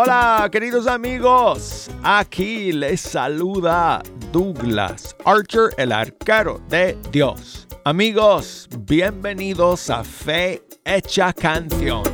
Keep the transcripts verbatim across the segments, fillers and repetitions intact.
Hola, queridos amigos. Aquí les saluda Douglas Archer, el arquero de Dios. Amigos, bienvenidos a Fe Hecha Canción.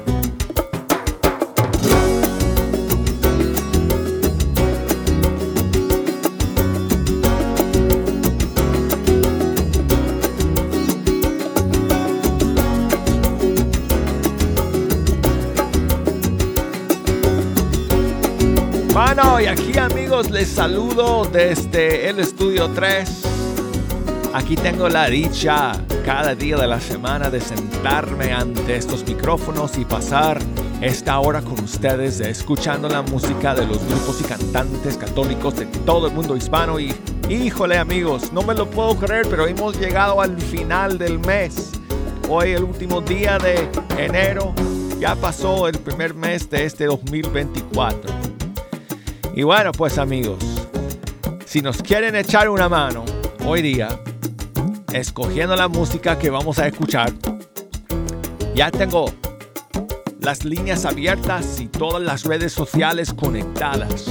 Bueno, y aquí amigos les saludo desde el estudio tres. Aquí tengo la dicha cada día de la semana de sentarme ante estos micrófonos y pasar esta hora con ustedes escuchando la música de los grupos y cantantes católicos de todo el mundo hispano. Y híjole amigos, no me lo puedo creer, pero hemos llegado al final del mes. Hoy el último día de enero, ya pasó el primer mes de este dos mil veinticuatro. Y bueno, pues amigos, si nos quieren echar una mano hoy día, escogiendo la música que vamos a escuchar, ya tengo las líneas abiertas y todas las redes sociales conectadas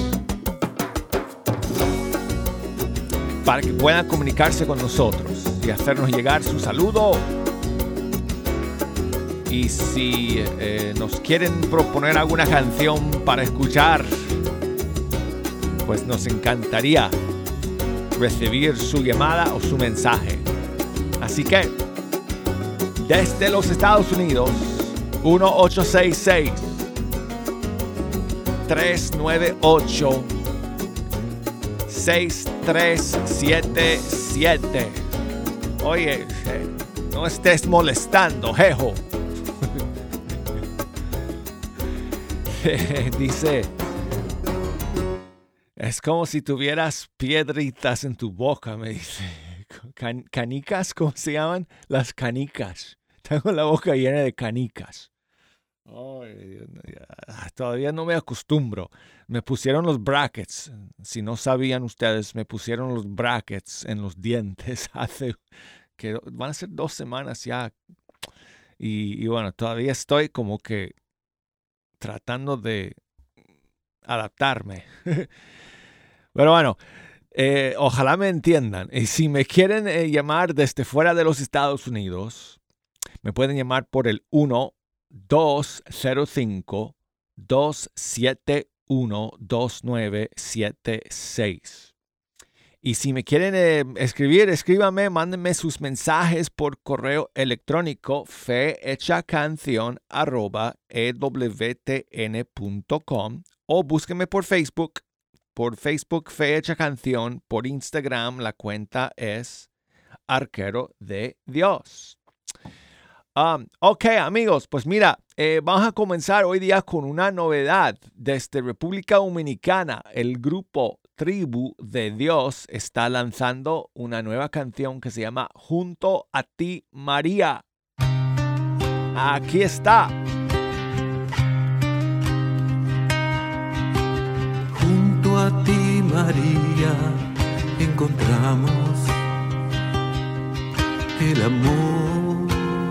para que puedan comunicarse con nosotros y hacernos llegar su saludo. Y si eh, nos quieren proponer alguna canción para escuchar, pues nos encantaría recibir su llamada o su mensaje. Así que, desde los Estados Unidos, uno ocho seis seis, tres nueve ocho, seis tres siete siete. Oye, no estés molestando, jejo. Dice... Es como si tuvieras piedritas en tu boca, me dice. Can- ¿Canicas? ¿Cómo se llaman? Las canicas. Tengo la boca llena de canicas. Ay, Dios, todavía no me acostumbro. Me pusieron los brackets. Si no sabían ustedes, me pusieron los brackets en los dientes hace... que van a ser dos semanas ya. Y, y bueno, todavía estoy como que tratando de adaptarme. Pero bueno, eh, ojalá me entiendan. Y si me quieren eh, llamar desde fuera de los Estados Unidos, me pueden llamar por el uno dos cero cinco, dos siete uno, dos nueve siete seis. Y si me quieren eh, escribir, escríbanme, mándenme sus mensajes por correo electrónico fehechacancion arroba ewtn punto com o búsquenme por Facebook. Por Facebook, Fe Hecha Canción. Por Instagram, la cuenta es Arquero de Dios. Um, ok, amigos, pues mira, eh, vamos a comenzar hoy día con una novedad. Desde República Dominicana, el grupo Tribu de Dios está lanzando una nueva canción que se llama Junto a ti, María. Aquí está. A ti, María, encontramos el amor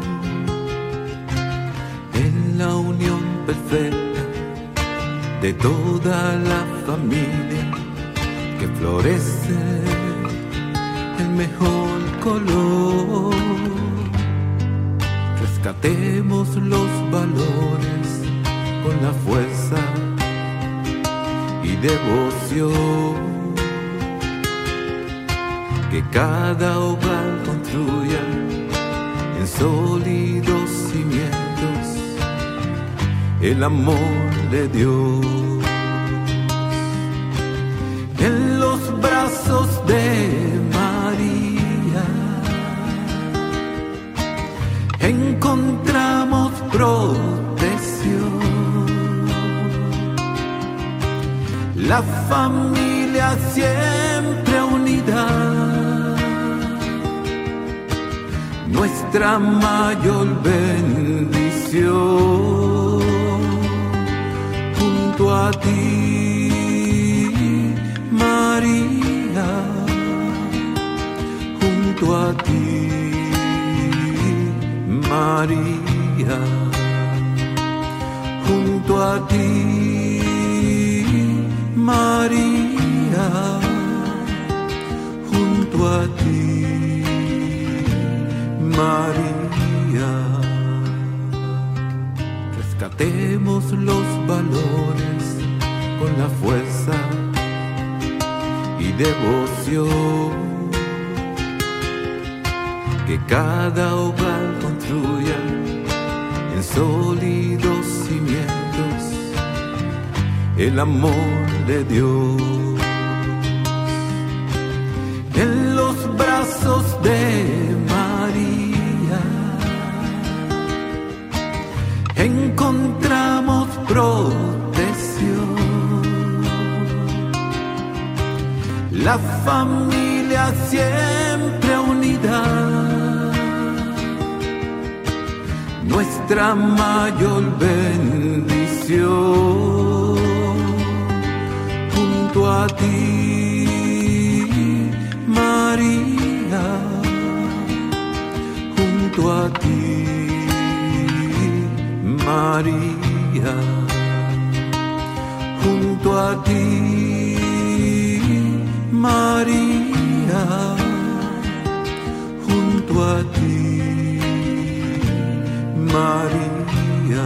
en la unión perfecta de toda la familia que florece el mejor color. Rescatemos los valores con la fuerza y devoción que cada hogar construya en sólidos cimientos el amor de Dios. En los brazos de María encontramos protección. La familia siempre unida, nuestra mayor bendición. Junto a ti, María, junto a ti, María, junto a ti, María, junto a ti, María. Rescatemos los valores con la fuerza y devoción que cada hogar construya en sólidos cimientos el amor de Dios. En los brazos de María encontramos protección. La familia siempre unida, nuestra mayor bendición. Junto a ti, María, junto a ti, María, junto a ti, María, junto a ti, María.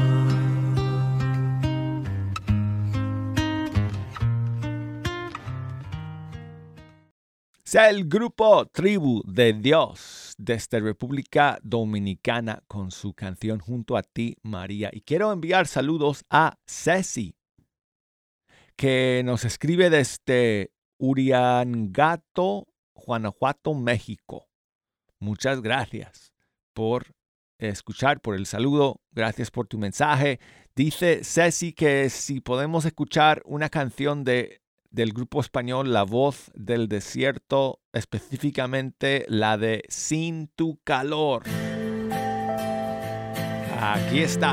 Sea el grupo Tribu de Dios desde República Dominicana con su canción Junto a ti, María. Y quiero enviar saludos a Ceci, que nos escribe desde Uriangato, Guanajuato, México. Muchas gracias por escuchar, por el saludo. Gracias por tu mensaje. Dice Ceci que si podemos escuchar una canción de del grupo español La Voz del Desierto, específicamente la de Sin tu calor. Aquí está.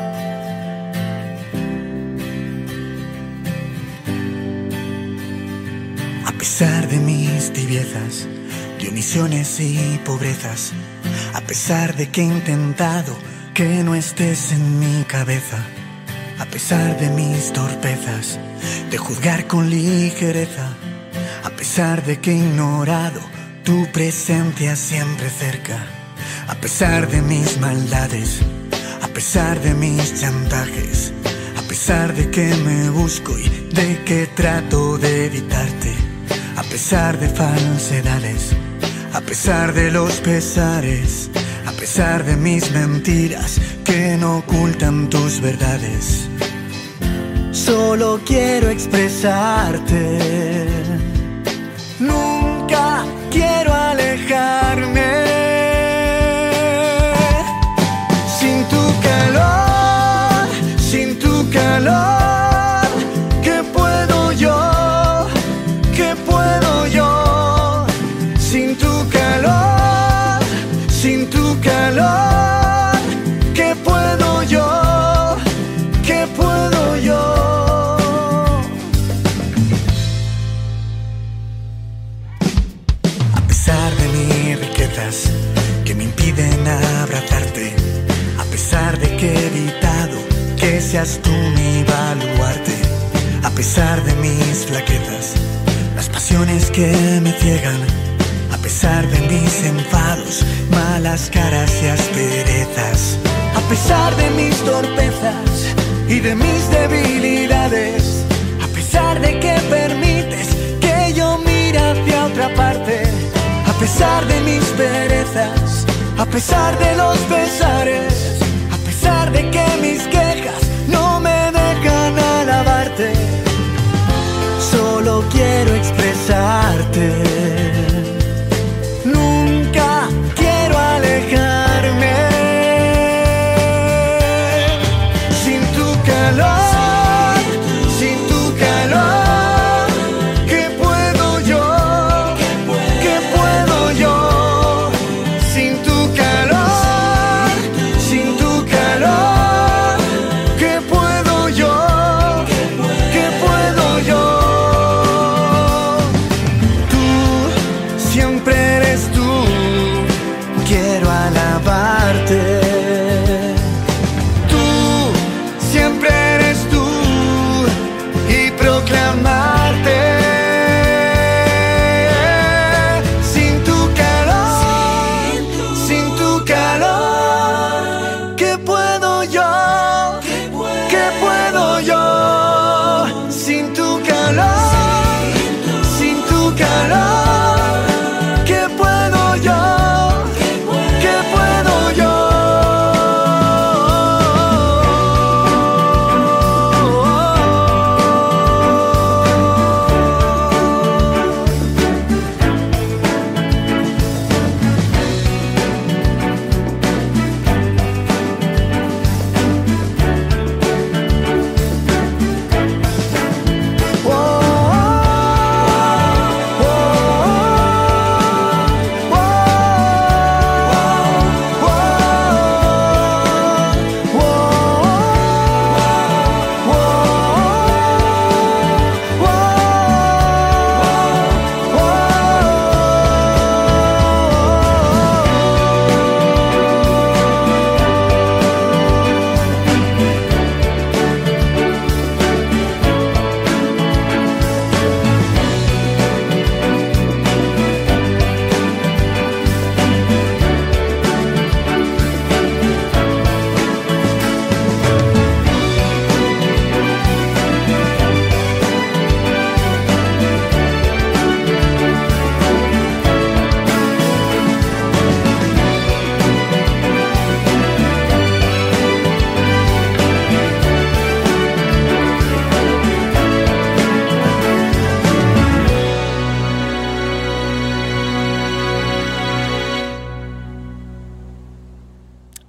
A pesar de mis tibiezas, de omisiones y pobrezas, a pesar de que he intentado que no estés en mi cabeza, a pesar de mis torpezas, de juzgar con ligereza, a pesar de que he ignorado tu presencia siempre cerca, a pesar de mis maldades, a pesar de mis chantajes, a pesar de que me busco y de que trato de evitarte, a pesar de falsedades, a pesar de los pesares, a pesar de mis mentiras que no ocultan tus verdades. Solo quiero expresarte, nunca quiero alejarme. Sin tu calor, sin tu calor, ¿qué puedo yo? ¿Qué puedo yo? Sin tu calor, sin tu calor, ¿qué puedo yo? ¿Qué puedo yo? A pesar de mis riquezas que me impiden abrazarte, a pesar de que he evitado que seas tú mi baluarte, a pesar de mis flaquezas, las pasiones que me ciegan, a pesar de mis enfados, malas caras y asperezas, a pesar de mis torpezas y de mis debilidades, a pesar de que permites que yo mire hacia otra parte, a pesar de mis perezas, a pesar de los pesares, a pesar de que mis quejas no me dejan alabarte, solo quiero expresarte, nunca quiero alejarme. Sin tu calor, sin tu calor, ¿qué puedo yo? ¿Qué puedo yo? Sin tu calor,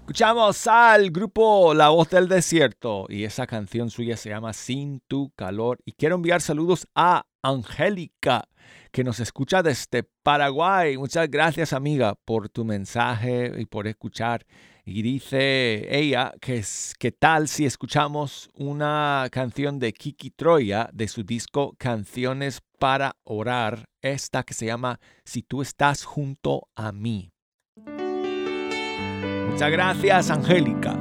Escuchamos al grupo La Voz del Desierto y esa canción suya se llama Sin tu calor. Y quiero enviar saludos a Angélica, que nos escucha desde Paraguay. Muchas gracias, amiga, por tu mensaje y por escuchar. Y dice ella que qué tal si escuchamos una canción de Kiki Troya de su disco Canciones para Orar, esta que se llama Si tú estás junto a mí. Muchas gracias, Angélica.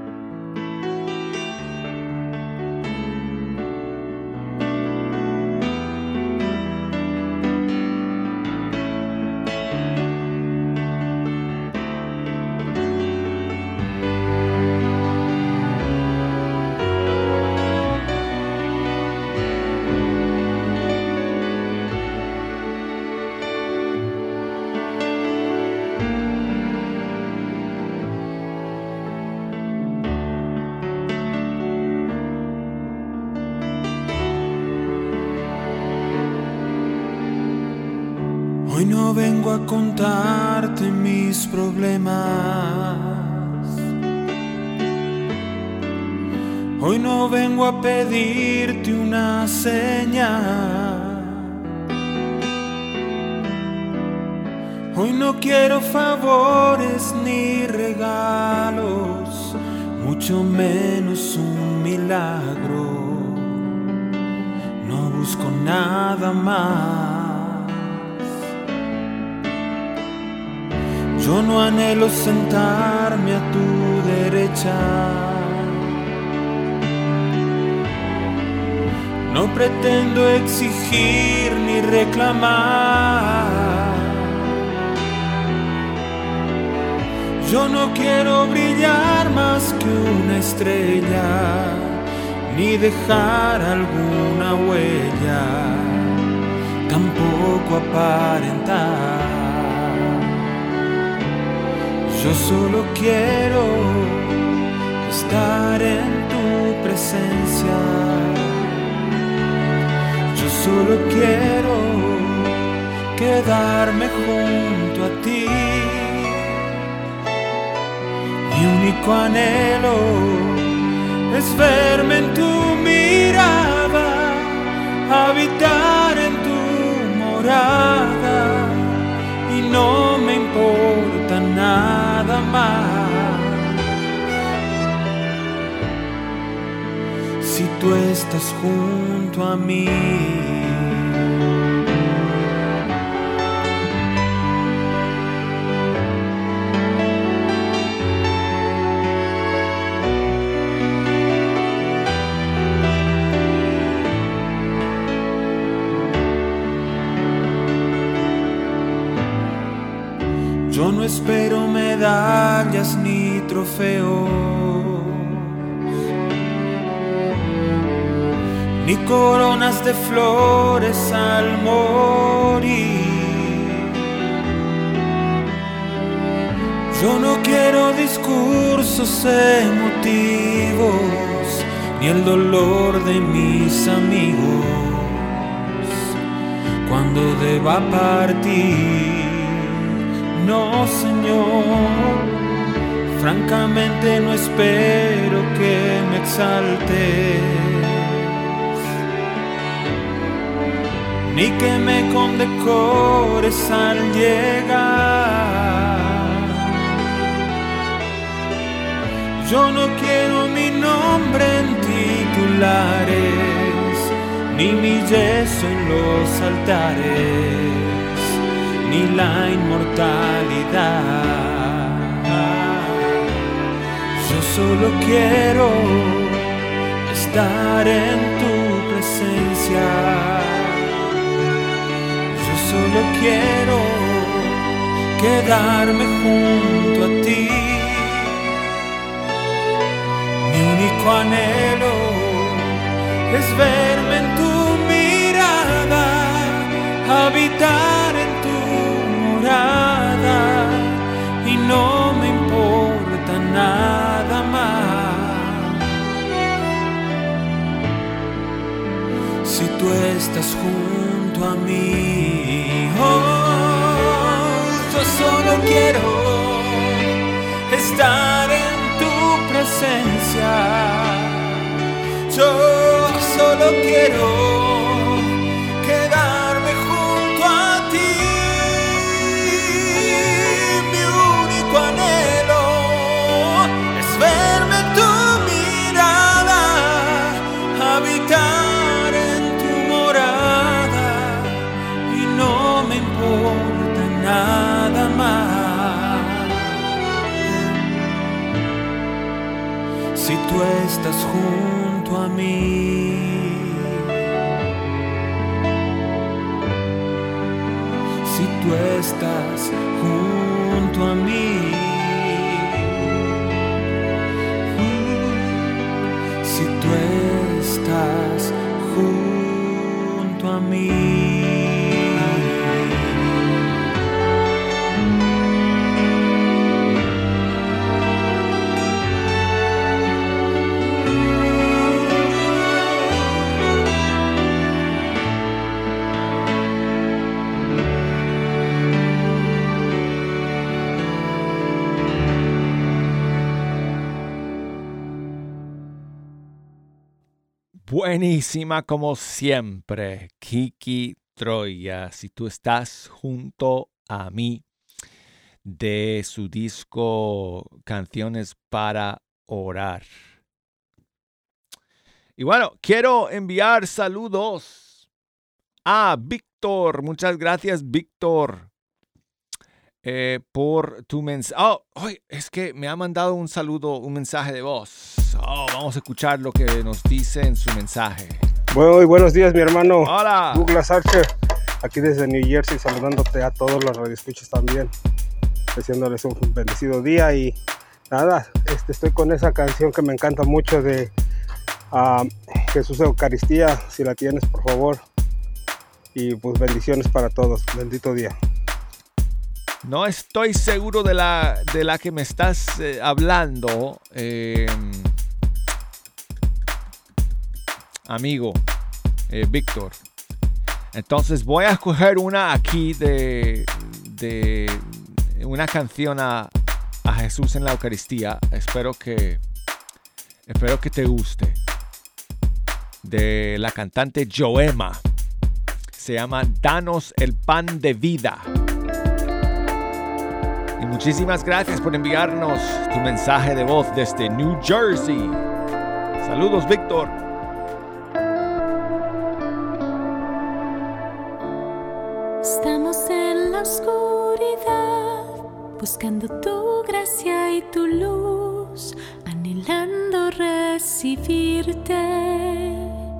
Hoy no vengo a contarte mis problemas. Hoy no vengo a pedirte una señal. Hoy no quiero favores ni regalos, mucho menos un milagro. No busco nada más. Yo no anhelo sentarme a tu derecha. No pretendo exigir ni reclamar. Yo no quiero brillar más que una estrella, ni dejar alguna huella, tampoco aparentar. Yo solo quiero estar en tu presencia. Yo solo quiero quedarme junto a ti. Mi único anhelo es verme en tu mirada, habitar en tu morada, y no me importa nada más. Si tú estás junto a mí. Yo no espero medallas ni trofeos, ni coronas de flores al morir. Yo no quiero discursos emotivos, ni el dolor de mis amigos cuando deba partir. No, Señor, francamente no espero que me exaltes, ni que me condecores al llegar. Yo no quiero mi nombre en titulares, ni mi yeso en los altares, ni la inmortalidad. Yo solo quiero estar en tu presencia. Yo solo quiero quedarme junto a ti. Mi único anhelo es verme en tu mirada, habitar en tu morada, y no me importa nada más. Si tú estás junto a mí, oh, yo solo quiero estar en esencia. Yo solo quiero quedarme junto a ti. Mi único anhelo es verme en tu mirada, habitar en tu morada, y no me importa nada más. Si tú estás junto a mí, si tú estás junto a mí, si tú estás junto a mí. Buenísima como siempre, Kiki Troya, si tú estás junto a mí, de su disco Canciones para Orar. Y bueno, quiero enviar saludos a Víctor. Muchas gracias, Víctor, eh, por tu mensaje. Oh, oh, es que me ha mandado un saludo, un mensaje de voz. Oh, vamos a escuchar lo que nos dice en su mensaje. Muy buenos días, mi hermano. Hola. Douglas Archer, aquí desde New Jersey, saludándote a todos los radioescuchas también, deseándoles un bendecido día. Y nada, este, estoy con esa canción que me encanta mucho de uh, Jesús Eucaristía. Si la tienes, por favor. Y pues bendiciones para todos. Bendito día. No estoy seguro de la, de la que me estás eh, hablando, eh, amigo eh, Víctor. Entonces voy a escoger una aquí de, de una canción a, a Jesús en la Eucaristía. Espero que, espero que te guste. De la cantante Joema. Se llama Danos el pan de vida. Y muchísimas gracias por enviarnos tu mensaje de voz desde New Jersey. Saludos, Víctor. Estamos en la oscuridad, buscando tu gracia y tu luz, anhelando recibirte.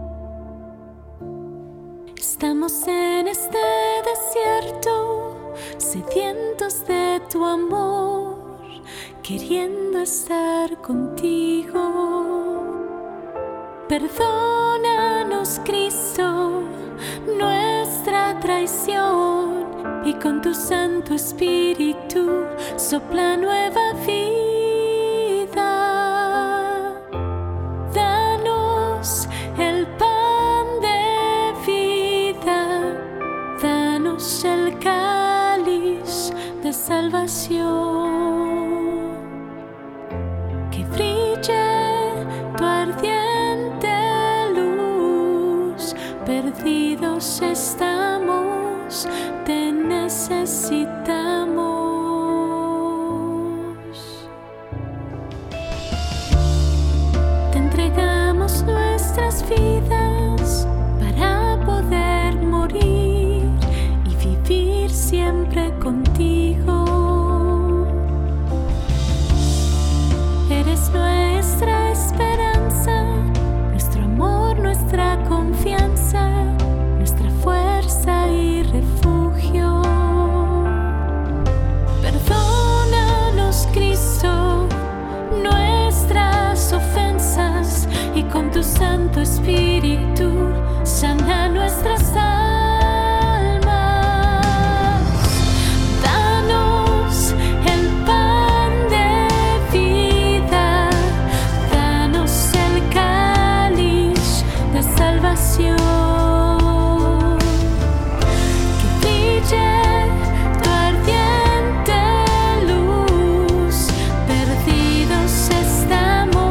Estamos en este desierto, sedientos de tu amor, queriendo estar contigo. Perdónanos, Cristo, nuestra traición, y con tu Santo Espíritu sopla nueva vida. Danos el pan de vida, danos el cáliz de salvación, que brille tu ardiente luz. Perdidos estamos, te necesitamos. Te entregamos nuestras vidas para poder morir y vivir siempre contigo. Eres nuestra esperanza, nuestro amor, nuestra confianza, nuestra fuerza y refugio. Perdónanos, Cristo, nuestras ofensas, y con tu Santo Espíritu sana nuestras almas. Danos el pan de vida, danos el cáliz de salvación, que brille tu ardiente luz. Perdidos estamos,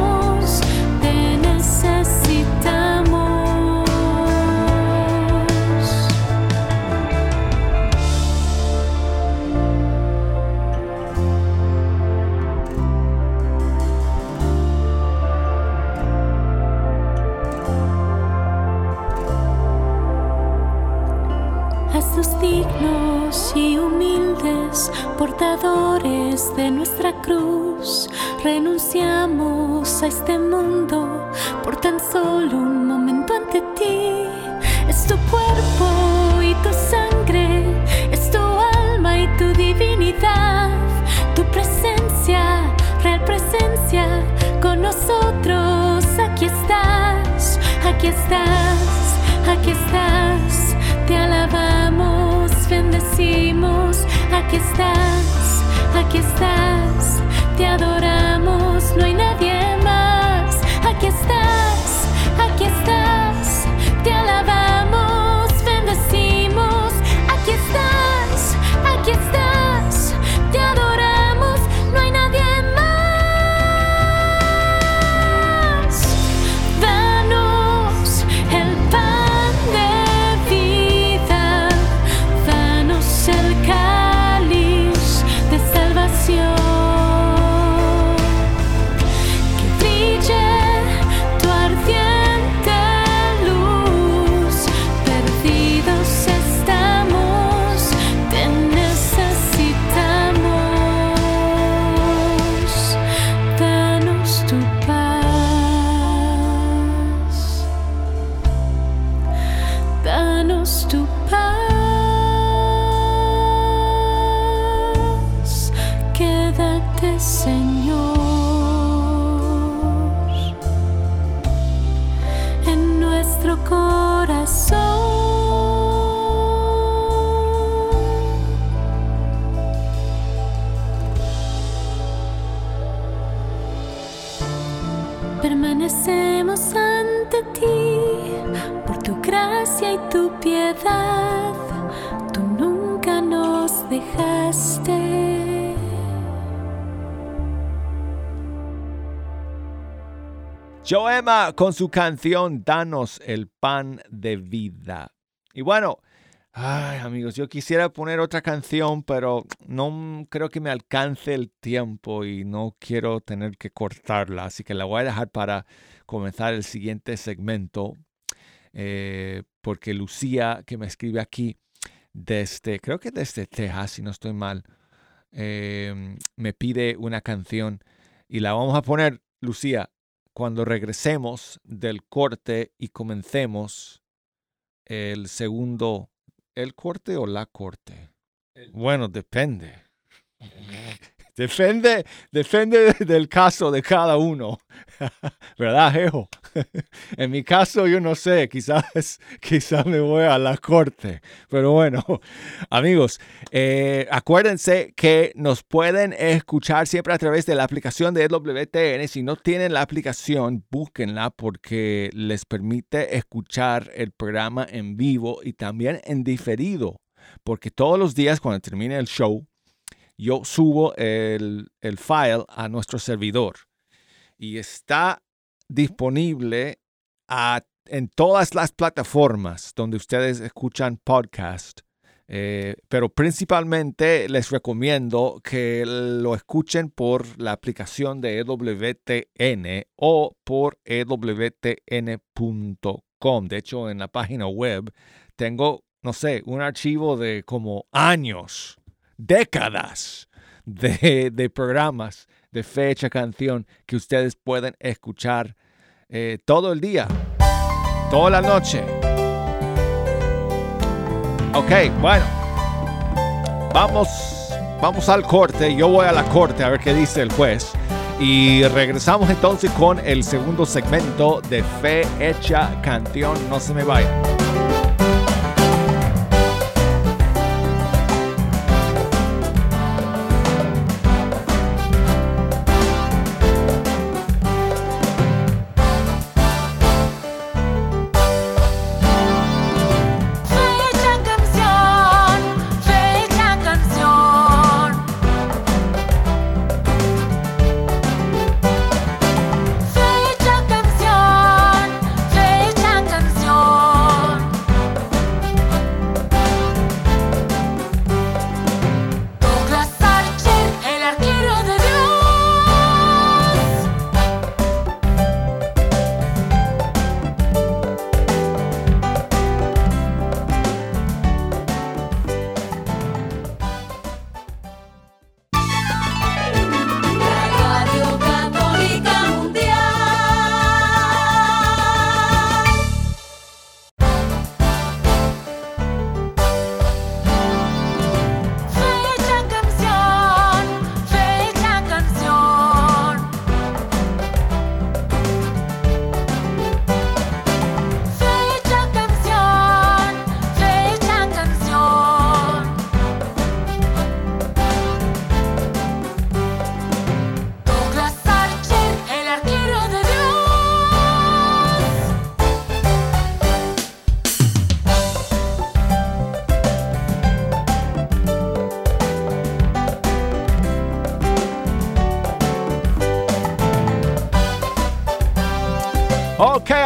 portadores de nuestra cruz, renunciamos a este mundo por tan solo un momento ante ti. Es tu cuerpo y tu sangre, es tu alma y tu divinidad, tu presencia, real presencia con nosotros. Aquí estás, aquí estás, aquí estás. Te alabamos, bendecimos. Aquí estás, aquí estás. Te adoramos, no hay nadie más. Aquí estás, aquí estás. Te alabamos, bendecimos. Aquí estás, aquí estás. Te adoramos, no hay nadie más. Danos el pan de vida, danos el cáliz de salvación. Que brille tu ardiente luz, perdidos estamos, te necesitamos. Danos tu paz, danos tu paz. Quédate, Señor, en nuestro corazón. Permanecemos ante ti por tu gracia y tu piedad. Tú nunca nos dejaste. Joema con su canción Danos el pan de vida. Y bueno, ay amigos, yo quisiera poner otra canción, pero no creo que me alcance el tiempo y no quiero tener que cortarla, así que la voy a dejar para comenzar el siguiente segmento, eh, porque Lucía, que me escribe aquí desde, creo que desde Texas, si no estoy mal, eh, me pide una canción y la vamos a poner, Lucía, cuando regresemos del corte y comencemos el segundo, ¿el corte o la corte? Bueno, depende. Depende, depende del caso de cada uno. ¿Verdad, Jejo? En mi caso, yo no sé. Quizás, quizás me voy a la corte. Pero bueno, amigos, eh, acuérdense que nos pueden escuchar siempre a través de la aplicación de E W T N. Si no tienen la aplicación, búsquenla porque les permite escuchar el programa en vivo y también en diferido. Porque todos los días cuando termine el show, yo subo el, el file a nuestro servidor y está disponible a, en todas las plataformas donde ustedes escuchan podcast. Eh, pero principalmente les recomiendo que lo escuchen por la aplicación de E W T N o por E W T N punto com. De hecho, en la página web tengo, no sé, un archivo de como años, décadas de, de programas de fecha canción que ustedes pueden escuchar eh, todo el día, toda la noche. Ok, bueno, vamos, vamos al corte. Yo voy a la corte a ver qué dice el juez. Y regresamos entonces con el segundo segmento de Fe Hecha Canción. No se me vayan. Fecha canción, fecha canción.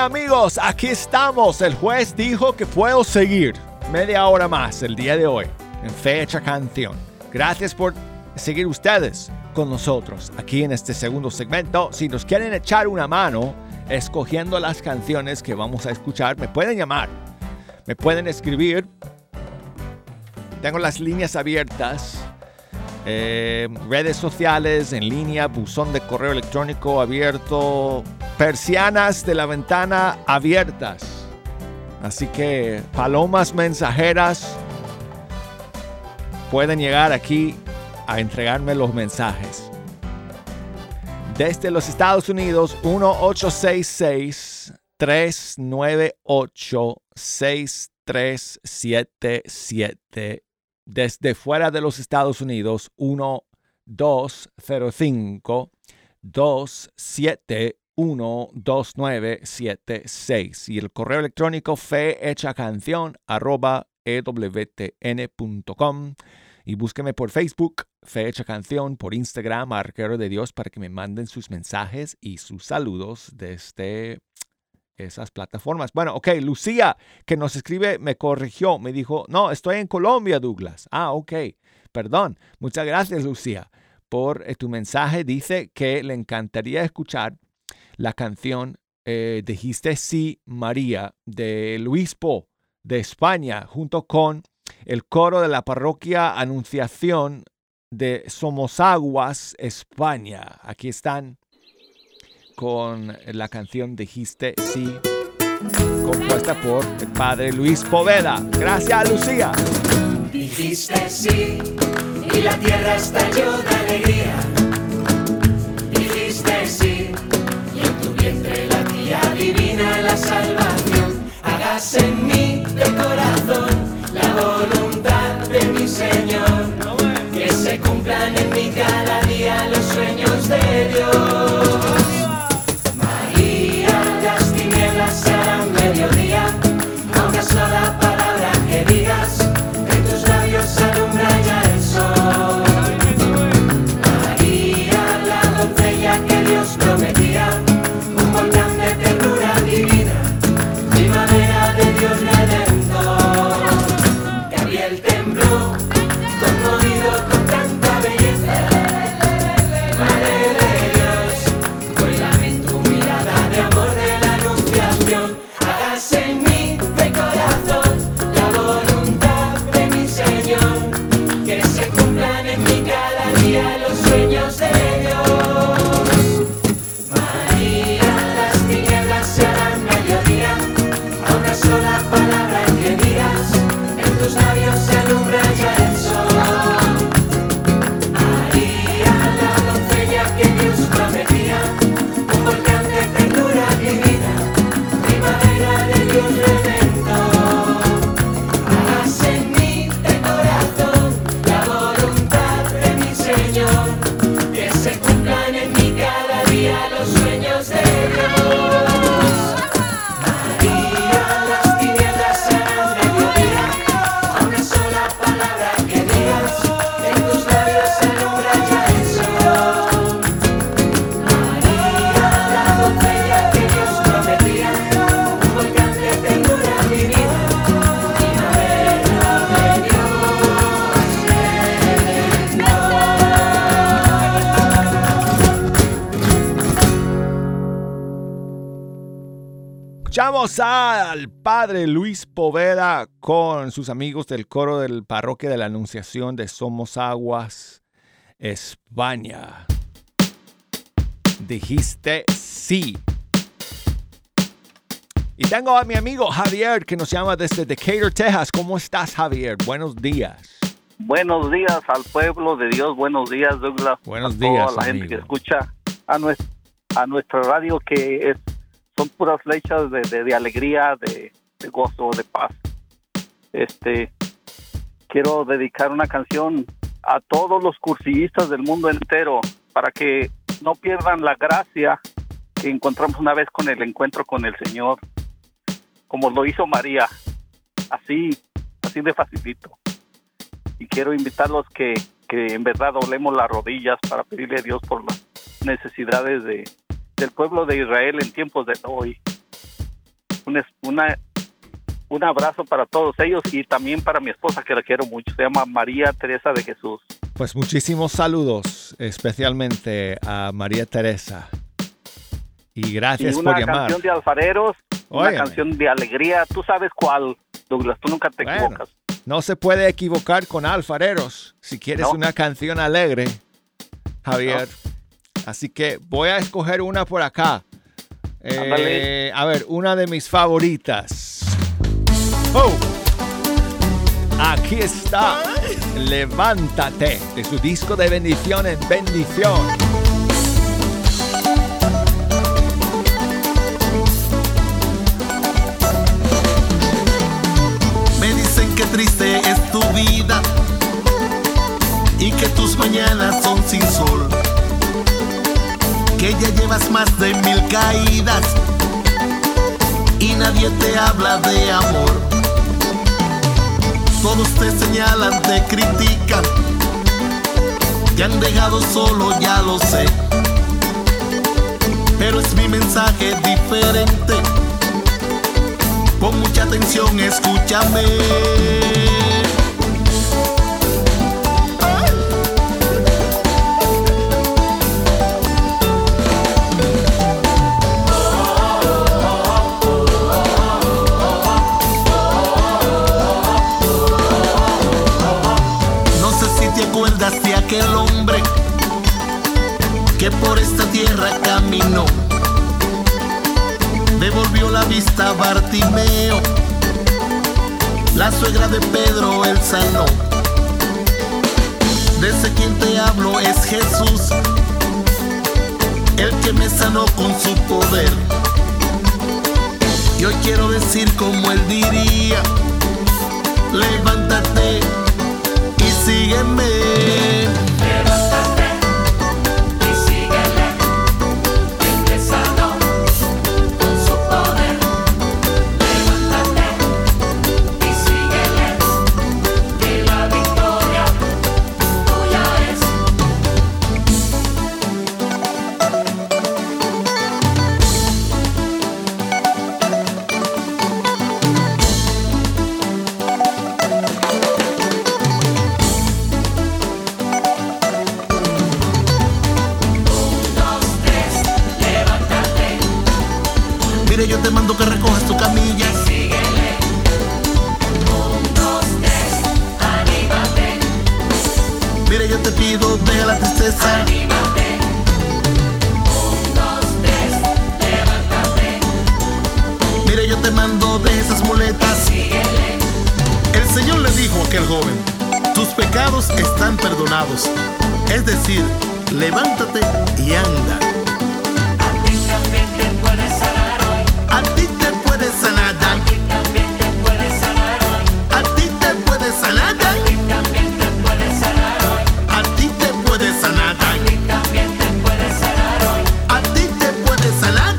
amigos, aquí estamos. El juez dijo que puedo seguir media hora más el día de hoy en Fecha Canción. Gracias por seguir ustedes con nosotros aquí en este segundo segmento. Si nos quieren echar una mano escogiendo las canciones que vamos a escuchar, me pueden llamar, me pueden escribir. Tengo las líneas abiertas, eh, redes sociales en línea, buzón de correo electrónico abierto, persianas de la ventana abiertas. Así que palomas mensajeras pueden llegar aquí a entregarme los mensajes. Desde los Estados Unidos, uno ocho seis seis, tres nueve ocho, seis tres siete siete. Desde fuera de los Estados Unidos, uno dos cero cinco, dos siete uno, dos nueve siete seis. Y el correo electrónico fehechacanción arroba e w t n punto com. Y búsqueme por Facebook, Fe Hecha Canción, por Instagram, Arquero de Dios, para que me manden sus mensajes y sus saludos desde esas plataformas. Bueno, ok, Lucía, que nos escribe, me corrigió, me dijo, no, estoy en Colombia, Douglas. Ah, ok, perdón. Muchas gracias, Lucía, por eh, tu mensaje. Dice que le encantaría escuchar la canción eh, Dijiste Sí, María, de Luis Po, de España, junto con el coro de la parroquia Anunciación de Somosaguas, España. Aquí están con la canción Dijiste Sí, compuesta por el padre Luis Poveda. Gracias, Lucía. Dijiste sí y la tierra estalló de alegría. Dijiste sí y en tu vientre latía divina la salvación. Hágase en mí de corazón la voluntad de mi Señor, que se cumplan en mí cada día los sueños de Dios. María, las tinieblas serán mediodía, a una sola palabra que digas, en tus labios alumbra ya el sol. María, la doncella que Dios prometía, un volcán de ternura divina, primavera de Dios redentor. Gabriel tembló, conmovido con tanta belleza. Madre de Dios, hoy lamento tu mirada de amor de la anunciación. Hágase en mí de corazón la voluntad de mi Señor, que se cumplan en mí cada día los sueños de Dios. María, las tinieblas se harán mediodía, a una sola palabra que digas, en tus labios se alumbra ya el sol. María, la doncella que Dios prometía, un volcán de ternura divina, primavera de Dios redentor. Hágase en mí de corazón la voluntad de mi Señor, que se cumplan en mí cada día los sueños de Dios. María, las tinieblas serán mediodía, a una sola palabra que digas, en tus labios se alumbra ya el sol. María, la doncella que Dios prometía, un volcán de ternura divina, primavera de Dios Escuchamos al padre Luis Poveda con sus amigos del coro del Parroquia de la Anunciación de Somosaguas, España. Dijiste sí. Y tengo a mi amigo Javier que nos llama desde Decatur, Texas. ¿Cómo estás, Javier? Buenos días. Buenos días al pueblo de Dios. Buenos días, Douglas. Buenos a días, toda la amigo. gente que escucha a nuestra, a nuestra radio, que es, son puras flechas de, de, de alegría, de, de gozo, de paz. Este, quiero dedicar una canción a todos los cursillistas del mundo entero, para que no pierdan la gracia que encontramos una vez con el encuentro con el Señor, como lo hizo María, así, así de facilito. Y quiero invitarlos que, que en verdad doblemos las rodillas para pedirle a Dios por las necesidades de, del pueblo de Israel en tiempos de hoy. un, una, un abrazo para todos ellos y también para mi esposa, que la quiero mucho. Se llama María Teresa de Jesús. Pues muchísimos saludos, especialmente a María Teresa. Y gracias y una por llamar. Una canción de alfareros, Óyeme. Una canción de alegría. Tú sabes cuál, Douglas, tú nunca te bueno, equivocas. No se puede equivocar con alfareros. Si quieres no. una canción alegre, Javier. No. Así que voy a escoger una por acá. Eh, a ver, una de mis favoritas. Oh, aquí está. Levántate, de su disco de Bendición en Bendición. Me dicen que triste es tu vida y que tus mañanas son sin sol, que ya llevas más de mil caídas y nadie te habla de amor. Todos te señalan, te critican, te han dejado solo, ya lo sé. Pero es mi mensaje diferente. Pon mucha atención, escúchame. De aquel hombre que por esta tierra caminó, devolvió la vista a Bartimeo, la suegra de Pedro él sanó. De ese quien te hablo es Jesús, el que me sanó con su poder. Y hoy quiero decir como él diría: levántate y sígueme. Levántate y síguele, él te sanó con su poder. Levántate y síguele, que la victoria tuya es. Yo te mando que recojas tu camilla. Síguele. Un, dos, tres, anímate. Mire, yo te pido, deja la tristeza. Anímate. Un, dos, tres, levántate. Mire, yo te mando, deja esas muletas. Síguele. El Señor le dijo a aquel joven: tus pecados están perdonados. Es decir, levántate y anda. A ti también te puedes sanar hoy. A ti te puedes sanar. A ti también te puedes sanar hoy. A ti te puedes sanar. A ti también te puedes sanar hoy. A ti te puedes sanar. A ti también te puedes sanar hoy. A ti te puedes sanar.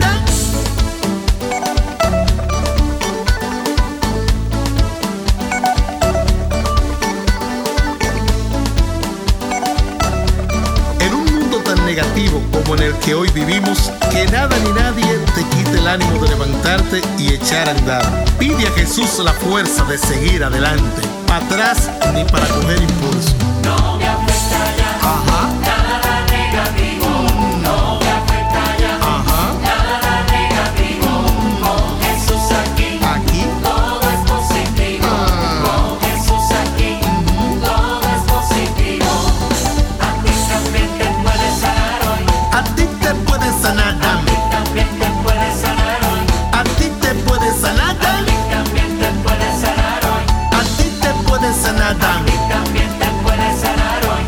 En un mundo tan negativo como en el que hoy vivimos, que nada ni nadie te quite el ánimo de levantarte y echar a andar. Pide a Jesús la fuerza de seguir adelante, para atrás ni para coger impulso. No me afecta ya. Ajá. Nada negativo. No me afecta ya. Ajá. Nada negativo. Con Jesús aquí. Aquí. Todo es positivo. Ah. Con Jesús aquí. Todo es positivo. A ti también te puedes sanar hoy. A ti te puedes sanar. A ti también te puedes sanar hoy. A ti te puedes sanar. A ti también te puedes sanar hoy. A ti te puedes sanar. A ti también te puedes sanar hoy.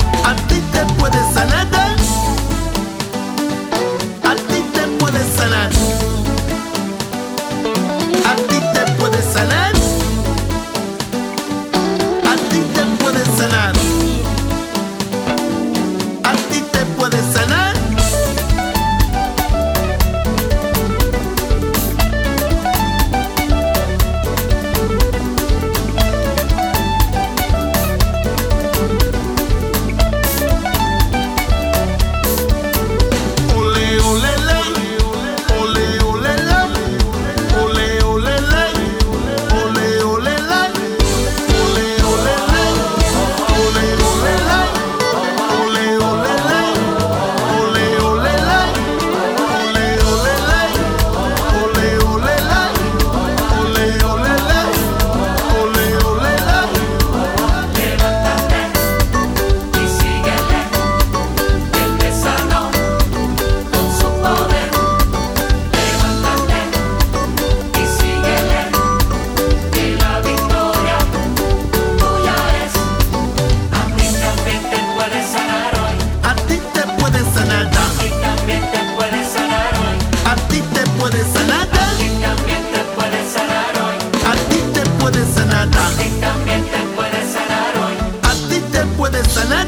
puede sanar. A ti también te puede sanar hoy. A ti te puede sanar. A ti también te puede sanar hoy. A ti te puede sanar.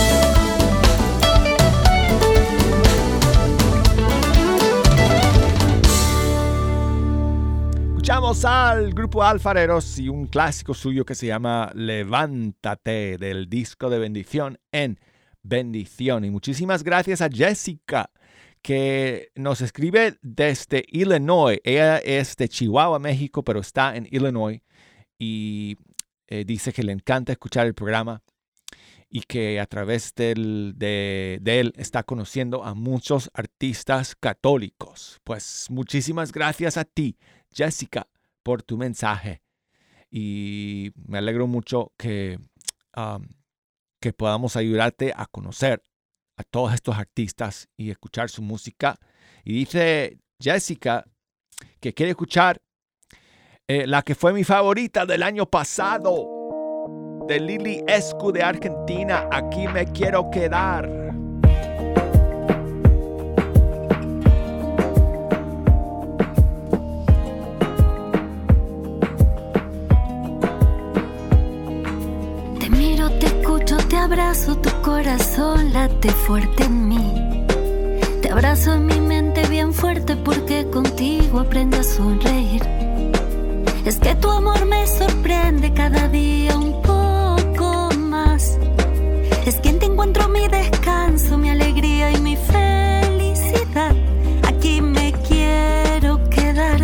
Escuchamos al grupo Alfareros y un clásico suyo que se llama Levántate, del disco de Bendición en Bendición. Y muchísimas gracias a Jessica, que nos escribe desde Illinois. Ella es de Chihuahua, México, pero está en Illinois. Y eh, dice que le encanta escuchar el programa y que a través del, de, de él está conociendo a muchos artistas católicos. Pues muchísimas gracias a ti, Jessica, por tu mensaje. Y me alegro mucho que, um, que podamos ayudarte a conocer a todos estos artistas y escuchar su música. Y dice Jessica que quiere escuchar eh, la que fue mi favorita del año pasado, de Lili Escu de Argentina, Aquí me quiero quedar. Te miro, te escucho, te abrazo, tu corazón late fuerte en mí. Te abrazo en mi mente bien fuerte porque contigo aprendo a sonreír. Es que tu amor me sorprende cada día un poco más. Es que en ti encuentro mi descanso, mi alegría y mi felicidad. Aquí me quiero quedar.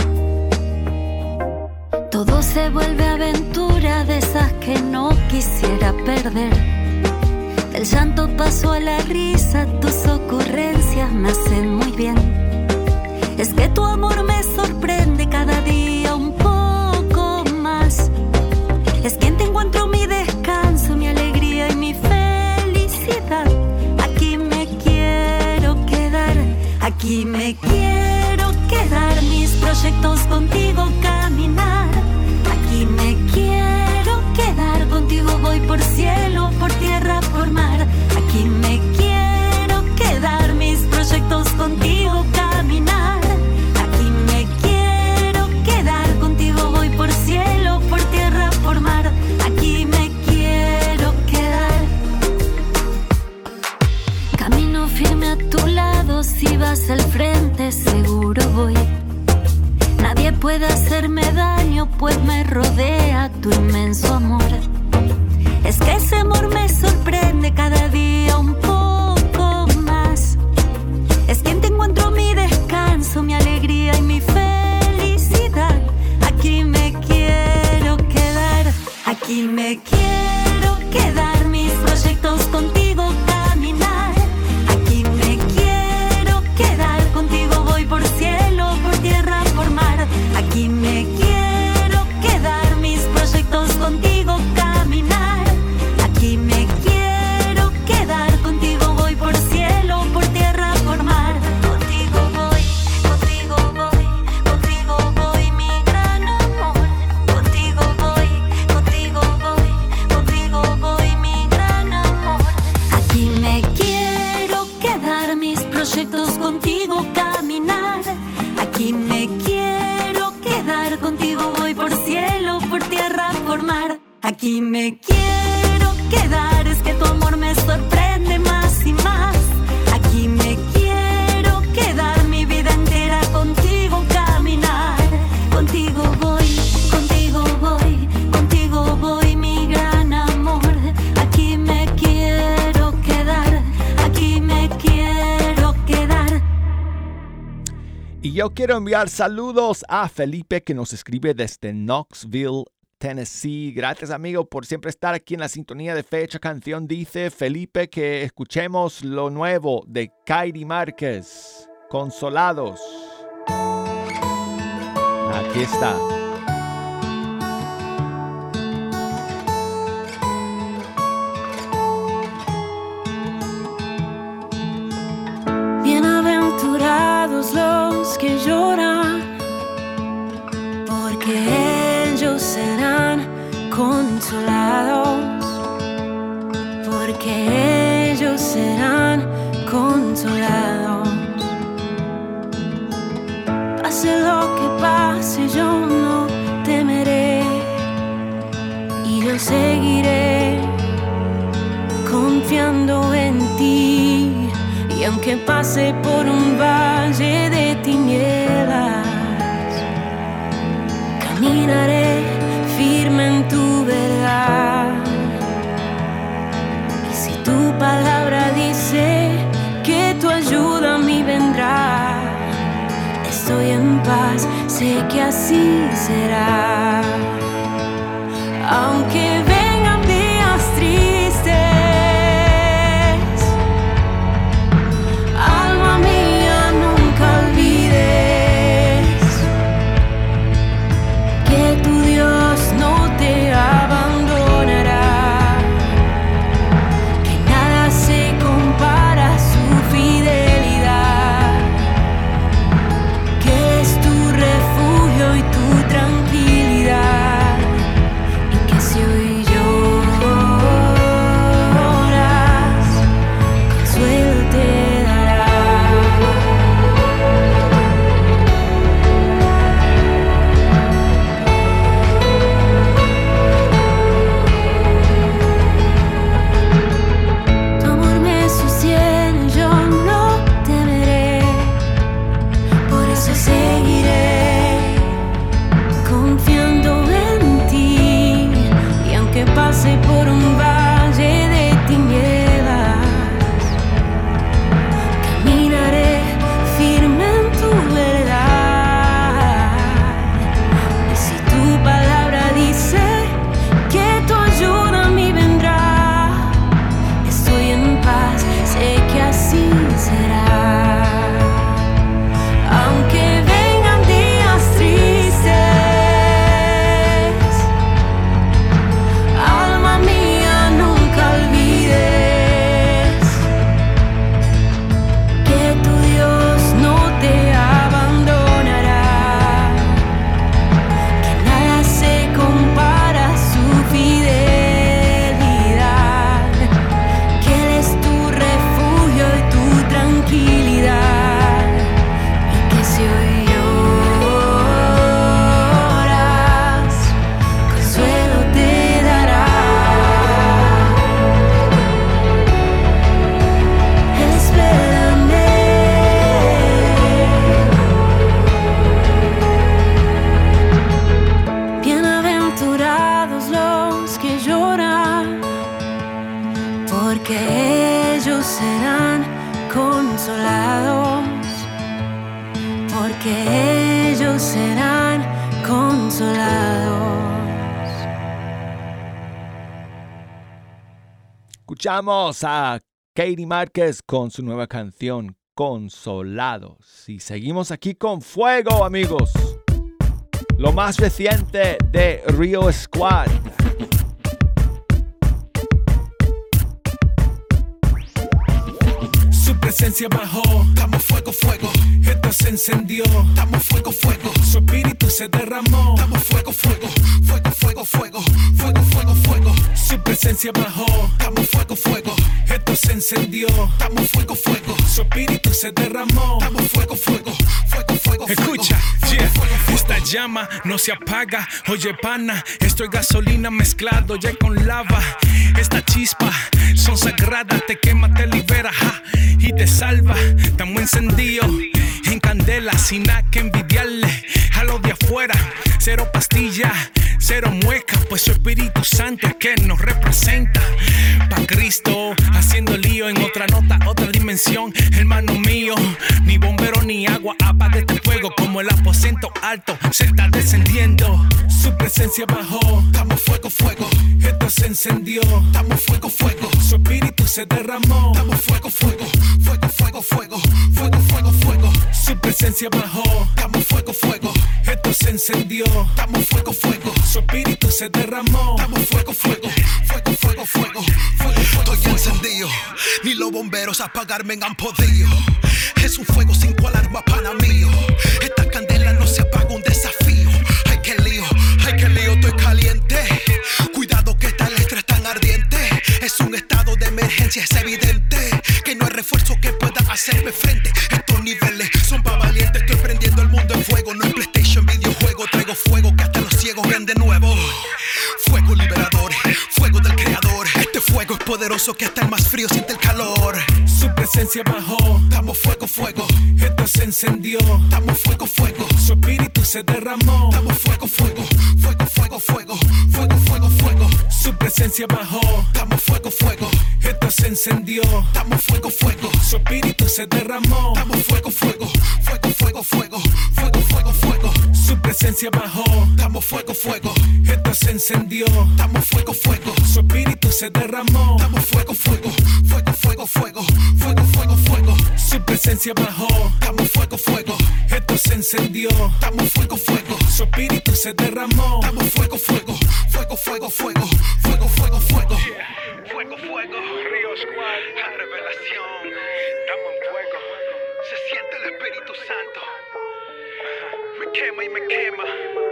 Todo se vuelve aventura de esas que no quisiera perder. Del llanto paso a la risa, tus ocurrencias me hacen muy bien. Es que tu amor me sorprende cada día un poco más. Es que en ti encuentro mi descanso, mi alegría y mi felicidad. Aquí me quiero quedar, aquí me quiero quedar. Mis proyectos contigo caminar. Aquí me quiero quedar, contigo voy por cielo, por tierra, por mar. Aquí me quiero quedar, mis proyectos contigo caminar. Aquí me quiero quedar, contigo voy por cielo, por tierra, por mar. Aquí me quiero quedar. Camino firme a tu lado, si vas al frente seguro voy. Nadie puede hacerme daño, pues me rodea tu inmenso amor. Es que ese amor me sorprende cada día un poco más. Es que en ti encuentro mi descanso, mi alegría y mi felicidad. Aquí me quiero quedar, aquí me quiero quedar. Mis proyectos contigo caminar. Aquí me quiero quedar, contigo voy por cielo, por tierra, por mar. Aquí me quiero quedar, mis proyectos contigo caminar. Aquí me quiero quedar, contigo voy por cielo, por tierra, por mar. Contigo voy, contigo voy, contigo voy, mi gran amor. Contigo voy, contigo voy, contigo voy, mi gran amor. Aquí me quiero quedar, mis proyectos contigo caminar. Aquí me quiero quedar, contigo voy por cielo, por tierra, por mar. Aquí me quiero quedar, es que tu amor me sorprende más y más. Aquí me quiero quedar, mi vida entera contigo caminar. Contigo voy, contigo voy, contigo voy, mi gran amor. Aquí me quiero quedar, aquí me quiero quedar. Y yo quiero enviar saludos a Felipe, que nos escribe desde Knoxville, Tennessee. Gracias, amigo, por siempre estar aquí en la sintonía de Fecha Canción. Dice Felipe que escuchemos lo nuevo de Kairi Márquez, Consolados. Aquí está. Bienaventurados los que lloran, porque ellos serán consolados, porque ellos serán consolados. Pase lo que pase, yo no temeré y yo seguiré confiando en ti. Y aunque pase por un valle de tinieblas, caminaré firme en tu verdad. Y si tu palabra dice que tu ayuda a mí vendrá, estoy en paz, sé que así será. Aunque vengan días tristes, alma mía, nunca olvides que tu Dios no te abandonará, que nada se compara a su fidelidad, que es tu refugio y tu tranquilidad, y que si hoy lloras, consuelo te dará. Tu amor me sostiene, yo no temeré, por eso seguiré confiando en ti. Y aunque pase por un valle de tinieblas, caminaré firme en tu verdad. Y si tu palabra dice que tu ayuda a mí vendrá, estoy en paz, sé que así será. Aunque vengan días tristes, alma mía, nunca olvides que tu Dios no te abandonará, que nada se compara a su fidelidad, que Él es tu refugio y tu tranquilidad, y que si hoy lloras, consuelo te dará. Espérame. Bienaventurados los que lloran, porque ellos serán consolados, porque ellos serán consolados. Escuchamos a Katie Márquez con su nueva canción Consolados. Y seguimos aquí con fuego, amigos. Lo más reciente de Rio Squad. Su presencia bajó, damos fuego, fuego. Esto se encendió, damos fuego, fuego. Su espíritu se derramó, damos fuego, fuego. Fuego, fuego, fuego. Fuego, fuego, fuego. Su presencia bajó, damos fuego, fuego. Esto se encendió, damos fuego, fuego. Su espíritu se derramó, damos fuego, fuego. Fuego, fuego, fuego. Escucha, yeah. Esta llama no se apaga. Oye, pana, esto es gasolina mezclado ya con lava. Esta chispa son sagradas, te quema, te libera, ja, y te salva. Estamos encendidos en candela, sin nada que envidiarle a los de afuera. Cero pastilla, cero mueca, pues su Espíritu Santo es que nos representa. Pa' Cristo, haciendo lío en otra nota, otra dimensión, hermano mío. Ni bombero ni agua, apaga este fuego. Como el aposento alto se está descendiendo. Su presencia bajó, damos fuego, fuego. Esto se encendió, damos fuego, fuego. Su espíritu se derramó, damos fuego, fuego. Fuego, fuego, fuego. Fuego, fuego, fuego. Su presencia bajó, damos fuego, fuego. Esto se encendió, damos fuego, fuego. Su espíritu se derramó, damos fuego, fuego. Fuego, fuego, fuego. Fuego, fuego. Estoy encendido, ni los bomberos apagarme han podido. Es un fuego cinco alarma, pana mío. Esta candela no se apaga, un desafío. Ay, qué lío, ay, qué lío, estoy caliente. Cuidado que esta letra es tan ardiente. Es un estado de emergencia, es evidente que no hay refuerzo que pueda hacerme frente. Estos niveles son pa' valientes. Estoy prendiendo el mundo en fuego. eso que hasta el más frío siente el calor. Su presencia bajó, Damos fuego, fuego. esto se encendió, Damos fuego, fuego. su espíritu se derramó. Damos fuego, fuego. Fuego, fuego, fuego. Fuego, fuego, fuego. Su presencia bajó, Damos fuego, fuego. esto se encendió, Damos fuego, fuego. su espíritu se derramó. Damos fuego, fuego. Fuego, fuego, fuego. Fuego, fuego, fuego. Su presencia bajó, Damos fuego, fuego. esto se encendió, Damos fuego, fuego. su espíritu se derramó. Damos fuego, fuego. Fuego, fuego, fuego. Fuego, fuego, fuego. Su presencia bajó, Damos fuego, fuego. esto se encendió, Damos fuego, fuego. su espíritu se derramó. Damos fuego, fuego. Fuego, fuego, fuego. Fuego, fuego, fuego. Fuego, fuego, Río Squad, la revelación, estamos en fuego, se siente el Espíritu Santo, me quema y me quema.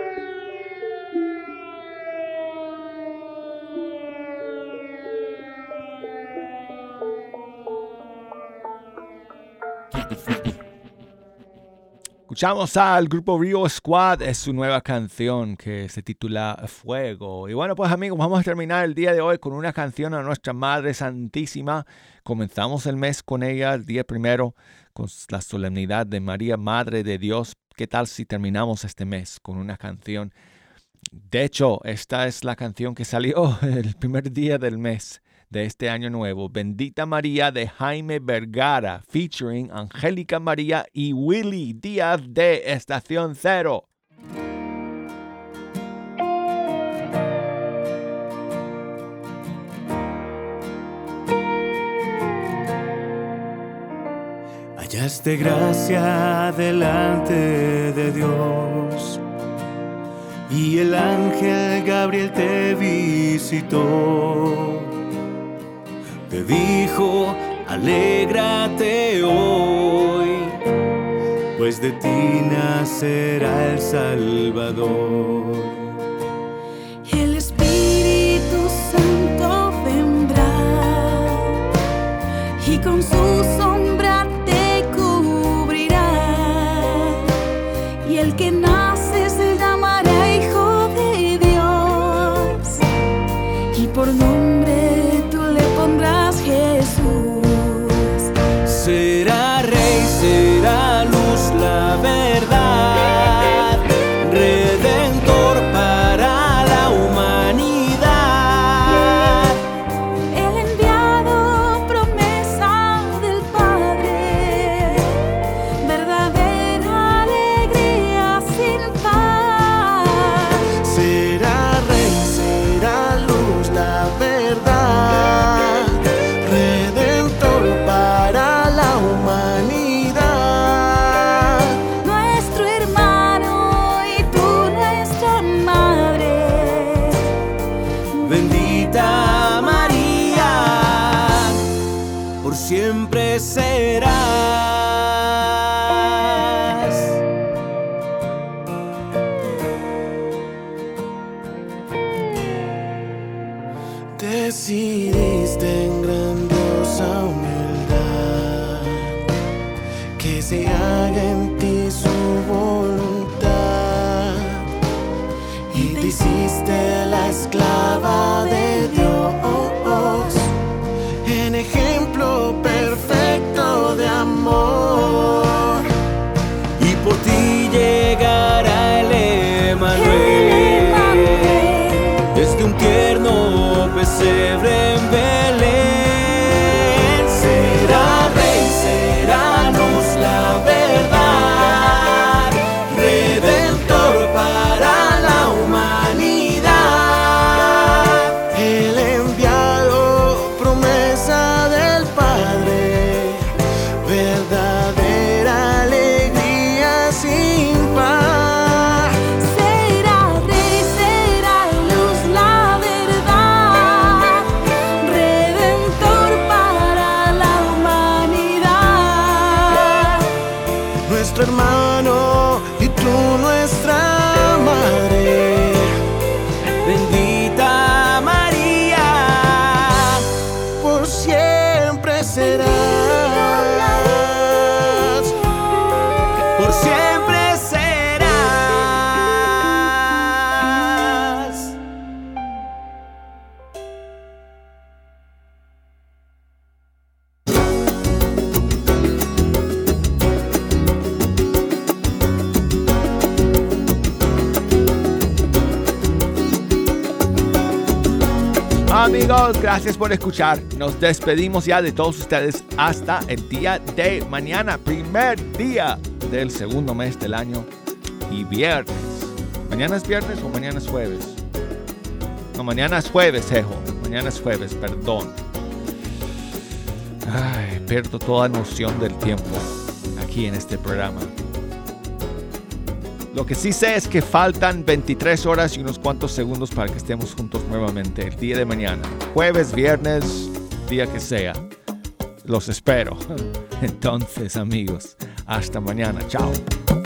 Escuchamos al grupo Rio Squad, es su nueva canción que se titula Fuego. Y bueno, pues amigos, vamos a terminar el día de hoy con una canción a nuestra Madre Santísima. Comenzamos el mes con ella, el día primero, con la solemnidad de María, Madre de Dios. ¿Qué tal si terminamos este mes con una canción? De hecho, esta es la canción que salió el primer día del mes de este año nuevo, Bendita María de Jaime Vergara, featuring Angélica María y Willy Díaz de Estación Cero. Hallaste gracia delante de Dios, y el ángel Gabriel te visitó. Te dijo, alégrate hoy, pues de ti nacerá el Salvador. El Espíritu Santo vendrá y con su sombra te cubrirá, y el que nace se llamará Hijo de Dios, y por nombre tú le pondrás Jesús. Será Rey, será luz, la verdad, Redentor para la humanidad. El enviado, promesa del Padre, verdadera alegría sin par. Será Rey, será luz, la verdad, Redentor para la humanidad. Nuestro hermano y tú nuestra madre. Bendita María, por siempre serás. Decidiste en grandiosa humildad que se haga en ti su voluntad, y te hiciste la esclava de Dios, en ejemplo perfecto de amor, y por ti llegará el Emmanuel, desde un tierno pesebre en Belén. Será Rey, será luz, la verdad, Redentor para la humanidad. El enviado, promesa del Padre, verdadera alegría sin par. Será Rey, será luz, la verdad, amigos, gracias por escuchar. Nos despedimos ya de todos ustedes hasta el día de mañana, primer día del segundo mes del año y viernes. ¿Mañana es viernes o mañana es jueves? No, mañana es jueves, hijo. Mañana es jueves, perdón. Ay, pierdo toda noción del tiempo aquí en este programa. Lo que sí sé es que faltan veintitrés horas y unos cuantos segundos para que estemos juntos nuevamente el día de mañana. Jueves, viernes, día que sea. Los espero. Entonces, amigos, hasta mañana. Chao.